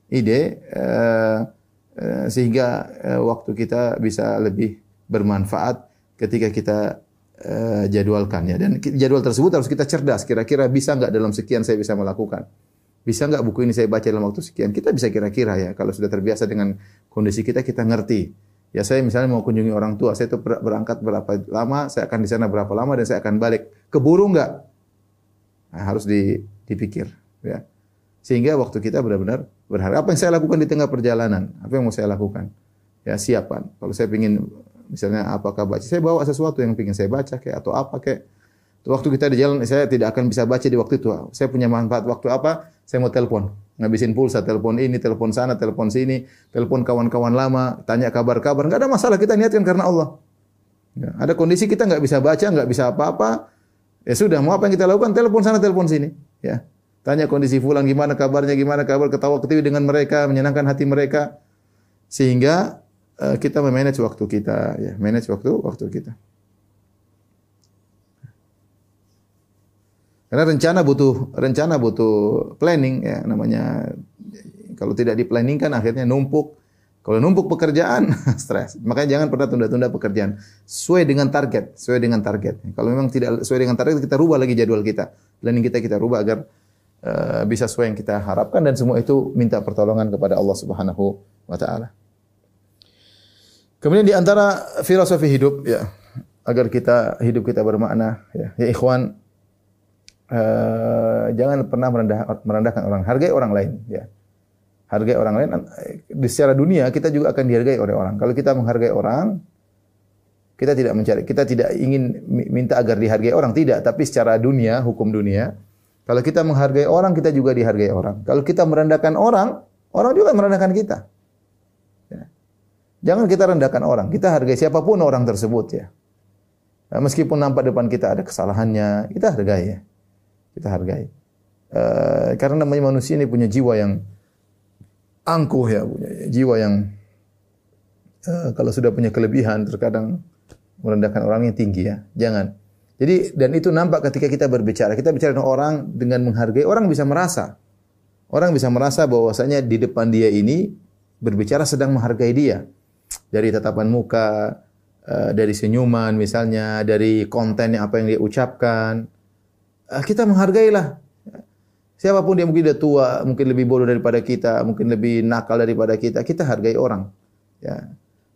Speaker 2: Sehingga waktu kita bisa lebih bermanfaat ketika kita jadwalkan ya. Dan jadwal tersebut harus kita cerdas. Kira-kira bisa nggak dalam sekian saya bisa melakukan? Bisa nggak buku ini saya baca dalam waktu sekian? Kita bisa kira-kira ya. Kalau sudah terbiasa dengan kondisi kita ngerti. Ya saya misalnya mau kunjungi orang tua, saya itu berangkat berapa lama, saya akan di sana berapa lama dan saya akan balik. Keburu nggak? Nah, harus dipikir ya. Sehingga waktu kita benar-benar berharga. Apa yang saya lakukan di tengah perjalanan? Apa yang mau saya lakukan? Ya siapan. Kalau saya ingin misalnya apakah baca, saya bawa sesuatu yang ingin saya baca kayak atau apa kayak. Waktu kita di jalan saya tidak akan bisa baca di waktu itu. Saya punya manfaat waktu apa? Saya mau telepon, ngabisin pulsa, telepon ini, telepon sana, telepon sini, telepon kawan-kawan lama, tanya kabar-kabar. Enggak ada masalah, kita niatkan karena Allah. Ya, ada kondisi kita nggak bisa baca, nggak bisa apa-apa. Ya sudah, mau apa yang kita lakukan? Telepon sana, telepon sini. Ya. Tanya kondisi fulan gimana kabarnya, gimana kabar, ketawa ketiwi dengan mereka, menyenangkan hati mereka. Sehingga kita memanage waktu kita, ya, manage waktu kita. Karena rencana butuh planning ya namanya. Kalau tidak diplanningkan akhirnya numpuk. Kalau numpuk pekerjaan stres. Makanya jangan pernah tunda-tunda pekerjaan. Sesuai dengan target. Kalau memang tidak sesuai dengan target kita rubah lagi jadwal kita. Planning kita rubah agar bisa sesuai yang kita harapkan dan semua itu minta pertolongan kepada Allah Subhanahu wa taala. Kemudian di antara filosofi hidup ya agar hidup kita bermakna ya ikhwan jangan pernah merendahkan orang, hargai orang lain ya. Hargai orang lain secara dunia kita juga akan dihargai oleh orang. Kalau kita menghargai orang kita tidak ingin minta agar dihargai orang, tidak, tapi secara dunia, hukum dunia, kalau kita menghargai orang kita juga dihargai orang. Kalau kita merendahkan orang, orang juga merendahkan kita. Ya. Jangan kita rendahkan orang, kita hargai siapapun orang tersebut ya. Nah, meskipun nampak depan kita ada kesalahannya, kita hargai ya. Kita hargai. Karena namanya manusia ini punya jiwa yang angkuh ya, punya jiwa yang kalau sudah punya kelebihan terkadang merendahkan orang yang tinggi ya. Jangan. Jadi dan itu nampak ketika kita berbicara. Kita bicara dengan orang dengan menghargai, orang bisa merasa. Orang bisa merasa bahwasanya di depan dia ini berbicara sedang menghargai dia. Dari tatapan muka, dari senyuman misalnya, dari konten yang apa yang dia ucapkan. Kita menghargailah. Siapapun dia mungkin dia tua, mungkin lebih bodoh daripada kita, mungkin lebih nakal daripada kita, kita hargai orang. Ya.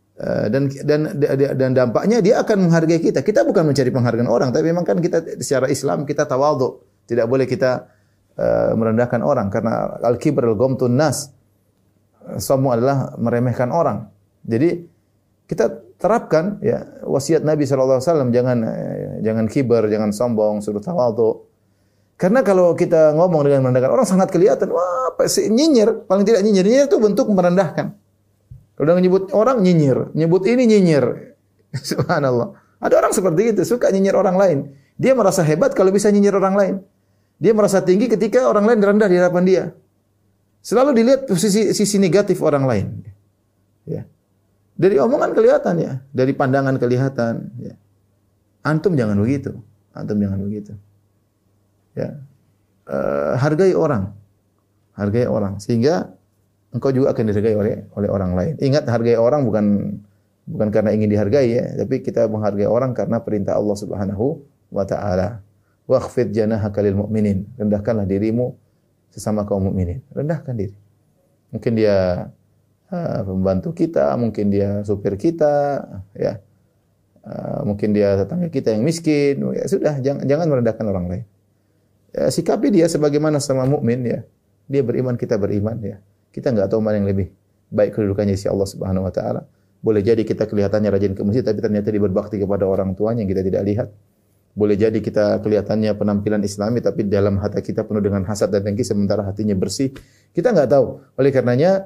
Speaker 2: Dan dampaknya dia akan menghargai kita. Kita bukan mencari penghargaan orang, tapi memang kan kita secara Islam kita tawadhu. Tidak boleh kita merendahkan orang karena al-kibr al-ghamtun nas. Sombong adalah meremehkan orang. Jadi kita terapkan ya wasiat Nabi SAW, jangan kibar, jangan sombong, suruh tawadhu. Karena kalau kita ngomong dengan merendahkan orang sangat kelihatan, wah nyinyir, paling tidak nyinyir itu bentuk merendahkan. Kalau udah nyebut orang nyinyir, nyebut ini nyinyir. Subhanallah. Ada orang seperti itu, suka nyinyir orang lain. Dia merasa hebat kalau bisa nyinyir orang lain. Dia merasa tinggi ketika orang lain rendah di hadapan dia. Selalu dilihat sisi negatif orang lain. Ya. Dari omongan kelihatan ya, dari pandangan kelihatan. Ya. Antum jangan begitu. Ya. hargai orang. Hargai orang sehingga engkau juga akan dihargai oleh orang lain. Ingat, hargai orang bukan karena ingin dihargai ya, tapi kita menghargai orang karena perintah Allah Subhanahu wa taala. Wakhfid janahaka lil mu'minin. Rendahkanlah dirimu sesama kaum mukminin. Rendahkan diri. Mungkin dia pembantu kita, mungkin dia supir kita, ya. Mungkin dia tetangga kita yang miskin. Ya sudah, jangan merendahkan orang lain. Ya, sikapi dia sebagaimana sama mukmin ya. Dia beriman, kita beriman ya. Kita enggak tahu mana yang lebih baik kedudukannya di sisi Allah Subhanahu wa taala. Boleh jadi kita kelihatannya rajin ke masjid tapi ternyata dia berbakti kepada orang tuanya yang kita tidak lihat. Boleh jadi kita kelihatannya penampilan Islami tapi dalam hati kita penuh dengan hasad dan dengki sementara hatinya bersih. Kita enggak tahu. Oleh karenanya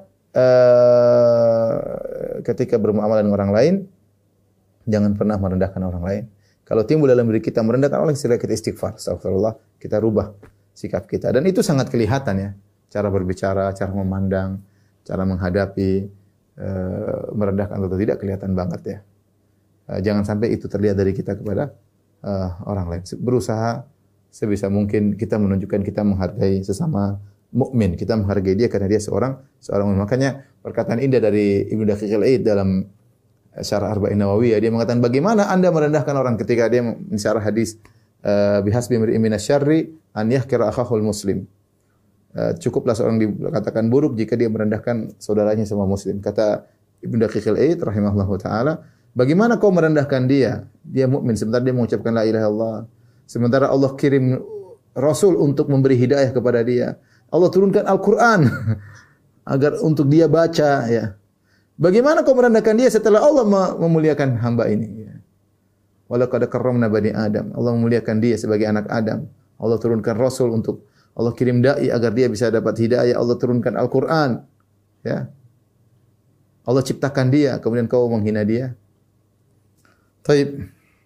Speaker 2: ketika bermuamalah dengan orang lain jangan pernah merendahkan orang lain. Kalau timbul dalam diri kita merendahkan orang lain, segera kita istighfar, astagfirullah, kita rubah sikap kita. Dan itu sangat kelihatan ya. Cara berbicara, cara memandang, cara menghadapi merendahkan atau tidak kelihatan banget ya. Jangan sampai itu terlihat dari kita kepada orang lain. Berusaha sebisa mungkin kita menunjukkan kita menghargai sesama mukmin, kita menghargai dia karena dia seorang mukmin. Makanya perkataan indah dari Ibnu Daqiq al-Aid dalam Syarah Arba'in Nawawiyah, dia mengatakan bagaimana Anda merendahkan orang ketika dia mensyarah hadis bihasbi imri'in minasyarri an yahkira akhahul muslim. Cukuplah seorang dikatakan buruk jika dia merendahkan saudaranya sama muslim. Kata Ibnu Daqiq al-Aid rahimahullahu taala, bagaimana kau merendahkan dia? Dia mukmin sementara dia mengucapkan la ilaha illallah. Sementara Allah kirim rasul untuk memberi hidayah kepada dia. Allah turunkan Al-Qur'an agar untuk dia baca ya. Bagaimana kau merendahkan dia setelah Allah memuliakan hamba ini ya. Walaqad karramna bani Adam. Allah memuliakan dia sebagai anak Adam. Allah turunkan rasul untuk Allah kirim dai agar dia bisa dapat hidayah. Allah turunkan Al-Qur'an ya. Allah ciptakan dia, kemudian kau menghina dia. Baik.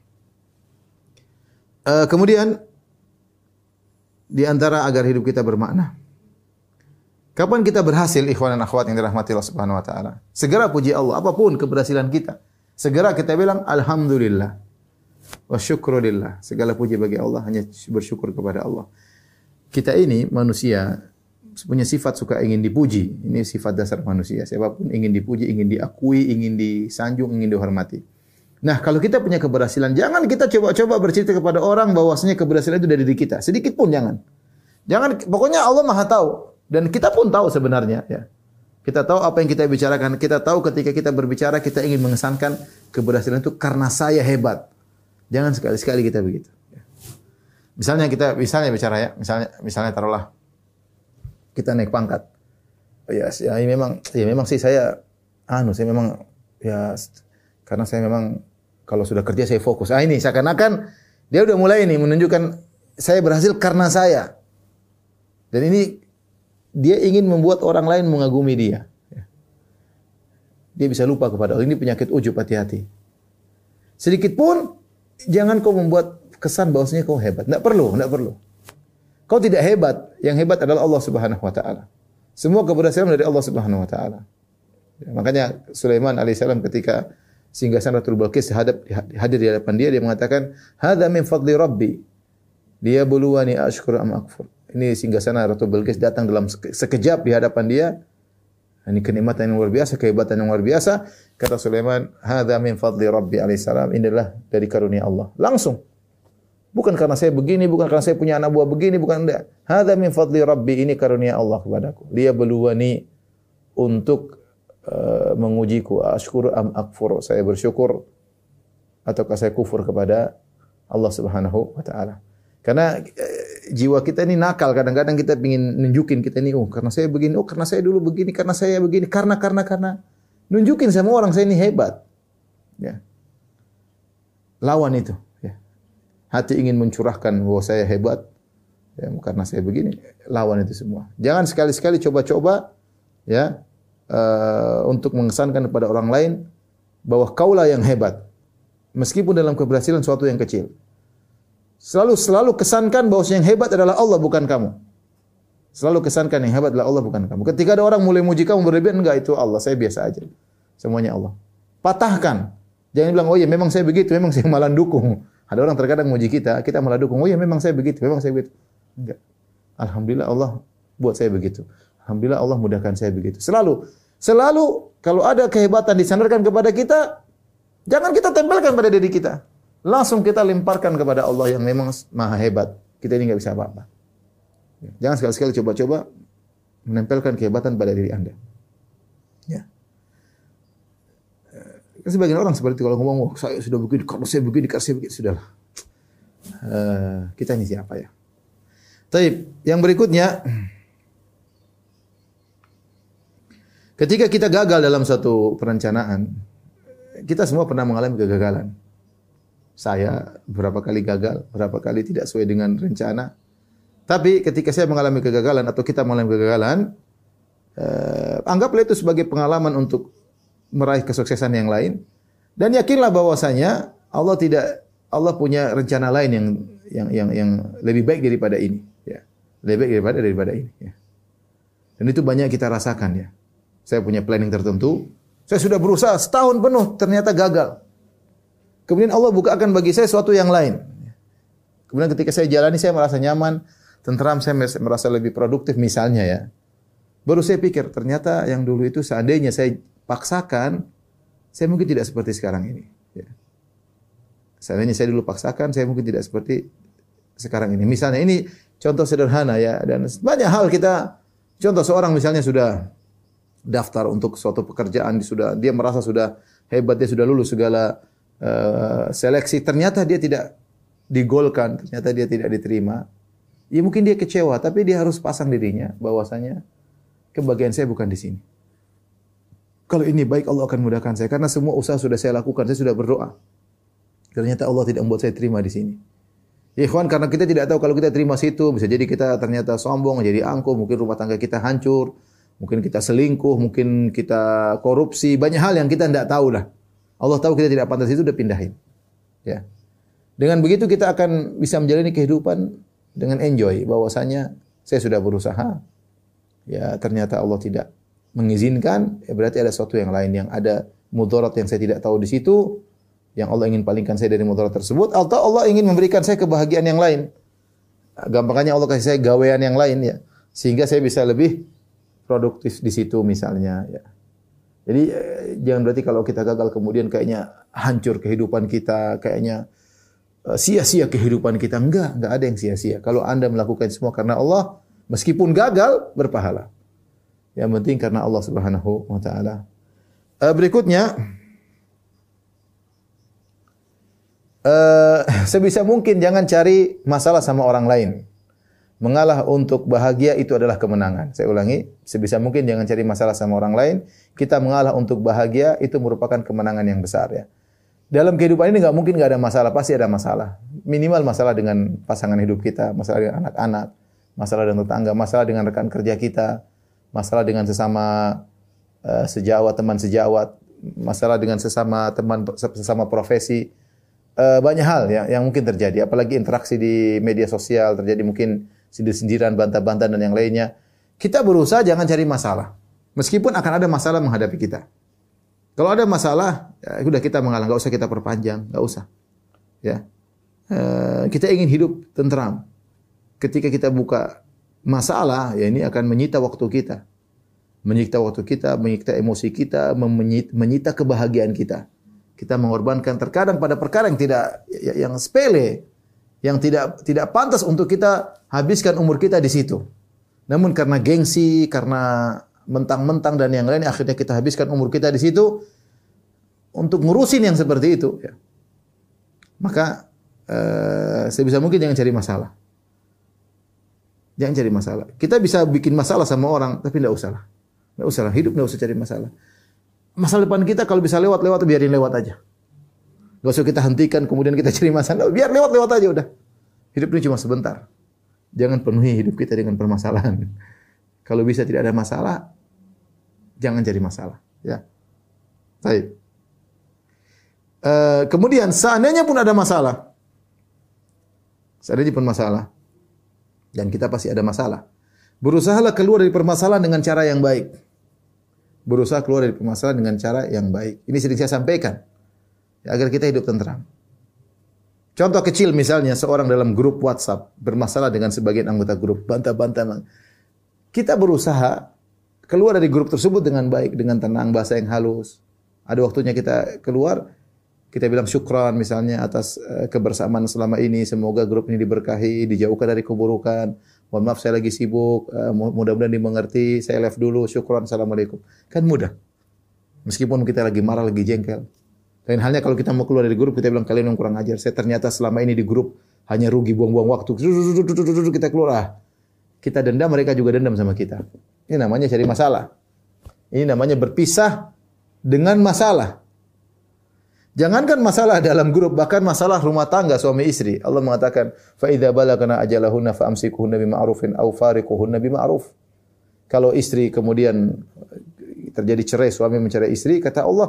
Speaker 2: Kemudian di antara agar hidup kita bermakna. Kapan kita berhasil ikhwan dan akhwat yang dirahmati Allah Subhanahu wa taala? Segera puji Allah apapun keberhasilan kita. Segera kita bilang alhamdulillah. Wa syukrulillah. Segala puji bagi Allah, hanya bersyukur kepada Allah. Kita ini manusia punya sifat suka ingin dipuji. Ini sifat dasar manusia. Siapapun ingin dipuji, ingin diakui, ingin disanjung, ingin dihormati. Nah, kalau kita punya keberhasilan, jangan kita coba-coba bercerita kepada orang bahwasanya keberhasilan itu dari diri kita. Sedikit pun jangan. Jangan, pokoknya Allah Maha tahu dan kita pun tahu sebenarnya ya. Kita tahu apa yang kita bicarakan. Kita tahu ketika kita berbicara kita ingin mengesankan keberhasilan itu karena saya hebat. Jangan sekali-sekali kita begitu. Misalnya bicara ya, misalnya taruhlah kita naik pangkat. Ya memang sih saya memang ya karena saya memang kalau sudah kerja saya fokus. Ini seakan-akan dia udah mulai nih menunjukkan saya berhasil karena saya. Dan ini dia ingin membuat orang lain mengagumi dia. Dia bisa lupa kepada Allah. Ini penyakit ujub, hati-hati. Sedikit pun jangan kau membuat kesan bahwasanya kau hebat. Enggak perlu. Kau tidak hebat. Yang hebat adalah Allah Subhanahu wa taala. Semua keberhasilan dari Allah Subhanahu wa taala. Makanya Sulaiman alaihissalam ketika singgasana Ratu Balqis hadir di hadapan dia mengatakan, "Hadza min fadli Rabbi. Liyabluwani ashkuru am akfur." Ini singgasana Ratu Balqis datang dalam sekejap di hadapan dia. Ini kenikmatan yang luar biasa, kehebatan yang luar biasa. Kata Sulaiman, "Hadza min fadli Rabbi alaihissalam." Inilah dari karunia Allah. Langsung. Bukan karena saya begini, bukan karena saya punya anak buah begini, bukan enggak. Hadza min fadli Rabbi, ini karunia Allah kepadaku. Liyabluwani, untuk mengujiku, ashkuru am akfur, saya bersyukur ataukah saya kufur kepada Allah Subhanahu wa taala. Karena jiwa kita ini nakal, kadang-kadang kita ingin nunjukin kita ini, karena saya begini, karena saya dulu begini, karena saya begini, karena nunjukin sama orang saya ini hebat. Ya. Lawan itu, ya. Hati ingin mencurahkan bahwa saya hebat, ya, karena saya begini, lawan itu semua. Jangan sekali-sekali coba-coba ya untuk mengesankan kepada orang lain bahwa kaulah yang hebat. Meskipun dalam keberhasilan suatu yang kecil. Selalu kesankan bahwa yang hebat adalah Allah, bukan kamu. Selalu kesankan yang hebat adalah Allah, bukan kamu. Ketika ada orang mulai muji kamu berlebihan, enggak, itu Allah, saya biasa aja. Semuanya Allah. Patahkan. Jangan bilang, oh ya memang saya begitu, memang saya malah dukung. Ada orang terkadang muji kita malah dukung. Oh ya memang saya begitu, memang saya begitu. Enggak. Alhamdulillah Allah buat saya begitu. Alhamdulillah Allah mudahkan saya begitu. Selalu kalau ada kehebatan disandarkan kepada kita, jangan kita tempelkan pada diri kita. Langsung kita lemparkan kepada Allah yang memang maha hebat. Kita ini nggak bisa apa-apa. Jangan sekali-sekali coba-coba menempelkan kehebatan pada diri Anda. Ya. Sebagian orang seperti itu kalau ngomong, oh, saya sudah begini, kalau saya begini, sudahlah. Kita ini siapa ya? Taib. Yang berikutnya, ketika kita gagal dalam suatu perencanaan, kita semua pernah mengalami kegagalan. Saya beberapa kali gagal, beberapa kali tidak sesuai dengan rencana. Tapi ketika saya mengalami kegagalan atau kita mengalami kegagalan, anggaplah itu sebagai pengalaman untuk meraih kesuksesan yang lain. Dan yakinlah bahwasanya Allah punya rencana lain yang lebih baik daripada ini. Ya. Lebih baik daripada ini. Ya. Dan itu banyak kita rasakan ya. Saya punya planning tertentu. Saya sudah berusaha setahun penuh, ternyata gagal. Kemudian Allah bukakan bagi saya sesuatu yang lain. Kemudian ketika saya jalani, saya merasa nyaman, tentram, saya merasa lebih produktif misalnya ya. Baru saya pikir, ternyata yang dulu itu seandainya saya paksakan, saya mungkin tidak seperti sekarang ini. Ya. Seandainya saya dulu paksakan, saya mungkin tidak seperti sekarang ini. Misalnya ini contoh sederhana ya. Dan banyak hal contoh seorang misalnya sudah daftar untuk suatu pekerjaan, dia merasa sudah hebat, dia sudah lulus segala seleksi, ternyata dia tidak digolkan, ternyata dia tidak diterima. Ya mungkin dia kecewa, tapi dia harus pasang dirinya bahwasanya kebahagiaan saya bukan di sini. Kalau ini baik, Allah akan mudahkan saya karena semua usaha sudah saya lakukan, saya sudah berdoa. Ternyata Allah tidak membuat saya terima di sini. Ya ikhwan, karena kita tidak tahu kalau kita terima situ, bisa jadi kita ternyata sombong, jadi angkuh, mungkin rumah tangga kita hancur, mungkin kita selingkuh, mungkin kita korupsi, banyak hal yang kita tidak tahu lah. Allah tahu kita tidak pantas itu, udah pindahin. Ya. Dengan begitu kita akan bisa menjalani kehidupan dengan enjoy, bahwasanya saya sudah berusaha. Ya, ternyata Allah tidak mengizinkan, ya berarti ada sesuatu yang lain, yang ada mudarat yang saya tidak tahu di situ, yang Allah ingin palingkan saya dari mudarat tersebut, atau Allah ingin memberikan saya kebahagiaan yang lain. Gampangnya Allah kasih saya gawean yang lain ya, sehingga saya bisa lebih produktif di situ misalnya ya. Jadi jangan berarti kalau kita gagal kemudian kayaknya hancur kehidupan kita, kayaknya sia-sia kehidupan kita. Enggak ada yang sia-sia. Kalau Anda melakukan semua karena Allah, meskipun gagal berpahala. Yang penting karena Allah Subhanahu wa taala. Berikutnya sebisa mungkin jangan cari masalah sama orang lain. Mengalah untuk bahagia itu adalah kemenangan. Saya ulangi, sebisa mungkin jangan cari masalah sama orang lain. Kita mengalah untuk bahagia itu merupakan kemenangan yang besar ya. Dalam kehidupan ini nggak mungkin nggak ada masalah, pasti ada masalah. Minimal masalah dengan pasangan hidup kita, masalah dengan anak-anak, masalah dengan tetangga, masalah dengan rekan kerja kita, masalah dengan sesama sejawat, teman sejawat, masalah dengan sesama profesi. Banyak hal ya yang mungkin terjadi, apalagi interaksi di media sosial terjadi, mungkin sindir-sindiran, bantah-bantahan dan yang lainnya. Kita berusaha jangan cari masalah. Meskipun akan ada masalah menghadapi kita. Kalau ada masalah, ya udah kita mengalah, enggak usah kita perpanjang, enggak usah. Ya. Kita ingin hidup tentram. Ketika kita buka masalah, ya ini akan menyita waktu kita. Menyita waktu kita, menyita emosi kita, menyita kebahagiaan kita. Kita mengorbankan terkadang pada perkara yang sepele, yang tidak pantas untuk kita habiskan umur kita di situ. Namun karena gengsi, karena mentang-mentang dan yang lain, akhirnya kita habiskan umur kita di situ untuk ngurusin yang seperti itu. Ya. Maka sebisa mungkin jangan cari masalah. Jangan cari masalah. Kita bisa bikin masalah sama orang, tapi tidak usah lah. Tidak usah lah. Hidup tidak usah cari masalah. Masalah depan kita kalau bisa lewat, biarin lewat aja. Gak usah kita hentikan, kemudian kita cari masalah. Biar lewat aja udah. Hidup ini cuma sebentar. Jangan penuhi hidup kita dengan permasalahan. Kalau bisa tidak ada masalah, jangan cari masalah. Ya. Baik. Kemudian seandainya pun ada masalah. Seandainya pun masalah. Dan kita pasti ada masalah. Berusahalah keluar dari permasalahan dengan cara yang baik. Berusaha keluar dari permasalahan dengan cara yang baik. Ini sering saya sampaikan. Ya, agar kita hidup tentram. Contoh kecil misalnya seorang dalam grup WhatsApp bermasalah dengan sebagian anggota grup, bantah-bantah. Kita berusaha keluar dari grup tersebut dengan baik, dengan tenang, bahasa yang halus. Ada waktunya kita keluar, kita bilang syukran misalnya atas kebersamaan selama ini. Semoga grup ini diberkahi, dijauhkan dari keburukan. Mohon maaf saya lagi sibuk, mudah-mudahan dimengerti. Saya live dulu, syukran, assalamualaikum. Kan mudah. Meskipun kita lagi marah, lagi jengkel. Lain halnya kalau kita mau keluar dari grup, kita bilang kalian yang kurang ajar. Saya ternyata selama ini di grup hanya rugi buang-buang waktu. Kita keluar. Kita dendam, mereka juga dendam sama kita. Ini namanya cari masalah. Ini namanya berpisah dengan masalah. Jangankan masalah dalam grup, bahkan masalah rumah tangga suami istri. Allah mengatakan, fa idza balagna ajalahunna fa amsikuhunna bima'rufin aw fariquhunna bima'ruf. Kalau istri kemudian terjadi cerai, suami mencerai istri, kata Allah,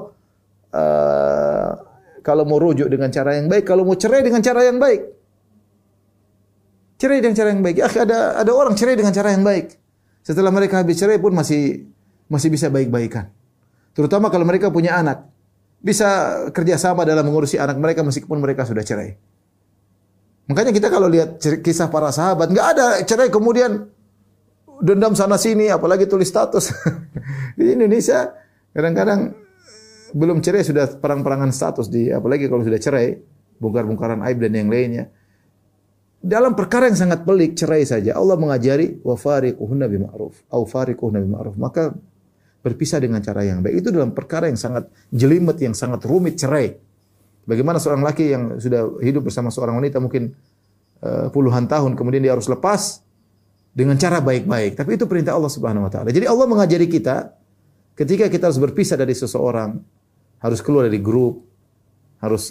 Speaker 2: kalau mau rujuk dengan cara yang baik, kalau mau cerai dengan cara yang baik. Cerai dengan cara yang baik. Ada orang cerai dengan cara yang baik. Setelah mereka habis cerai pun masih bisa baik-baikan. Terutama kalau mereka punya anak. Bisa kerjasama dalam mengurusi anak mereka meskipun mereka sudah cerai. Makanya kita kalau lihat kisah para sahabat, nggak ada cerai kemudian dendam sana sini, apalagi tulis status. Di Indonesia kadang-kadang belum cerai sudah perang-perangan status, apalagi kalau sudah cerai, bongkar-bongkaran aib dan yang lainnya. Dalam perkara yang sangat pelik, cerai saja, Allah mengajari wa fariquhunna bima'ruf, au fariquhunna bima'ruf. Maka berpisah dengan cara yang baik. Itu dalam perkara yang sangat jelimet, yang sangat rumit, cerai. Bagaimana seorang laki yang sudah hidup bersama seorang wanita mungkin puluhan tahun, kemudian dia harus lepas dengan cara baik-baik. Tapi itu perintah Allah Subhanahu wa taala. Jadi Allah mengajari kita ketika kita harus berpisah dari seseorang, harus keluar dari grup, harus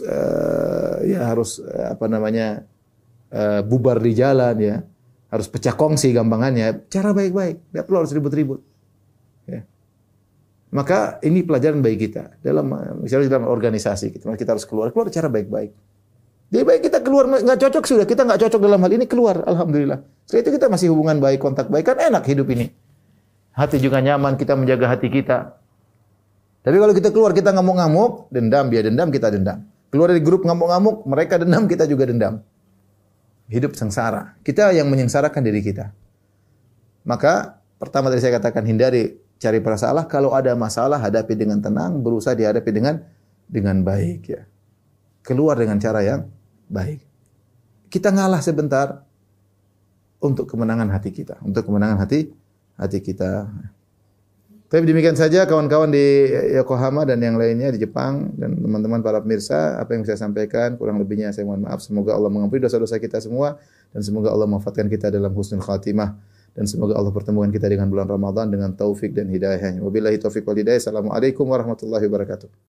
Speaker 2: bubar di jalan ya, harus pecah kongsi gampangannya, cara baik-baik, tidak perlu harus ribut-ribut. Ya. Maka ini pelajaran bagi kita misalnya dalam organisasi kita harus keluar cara baik-baik. Jadi baik kita keluar nggak cocok sudah, kita nggak cocok dalam hal ini keluar, alhamdulillah. Setelah itu kita masih hubungan baik, kontak baik, kan enak hidup ini. Hati juga nyaman, kita menjaga hati kita. Tapi kalau kita keluar, kita ngamuk-ngamuk, dendam, dia dendam, kita dendam. Keluar dari grup ngamuk-ngamuk, mereka dendam, kita juga dendam. Hidup sengsara. Kita yang menyengsarakan diri kita. Maka, pertama tadi saya katakan, hindari cari masalah. Kalau ada masalah, hadapi dengan tenang, berusaha dihadapi dengan baik. Ya. Keluar dengan cara yang baik. Kita ngalah sebentar untuk kemenangan hati kita. Untuk kemenangan hati kita. Tapi demikian saja kawan-kawan di Yokohama dan yang lainnya di Jepang dan teman-teman para pemirsa, apa yang saya sampaikan kurang lebihnya saya mohon maaf. Semoga Allah mengampuni dosa-dosa kita semua dan semoga Allah mewafatkan kita dalam husnul khatimah dan semoga Allah pertemukan kita dengan bulan Ramadan dengan taufik dan hidayahnya. Wabillahi taufiq wal hidayah. Assalamualaikum warahmatullahi wabarakatuh.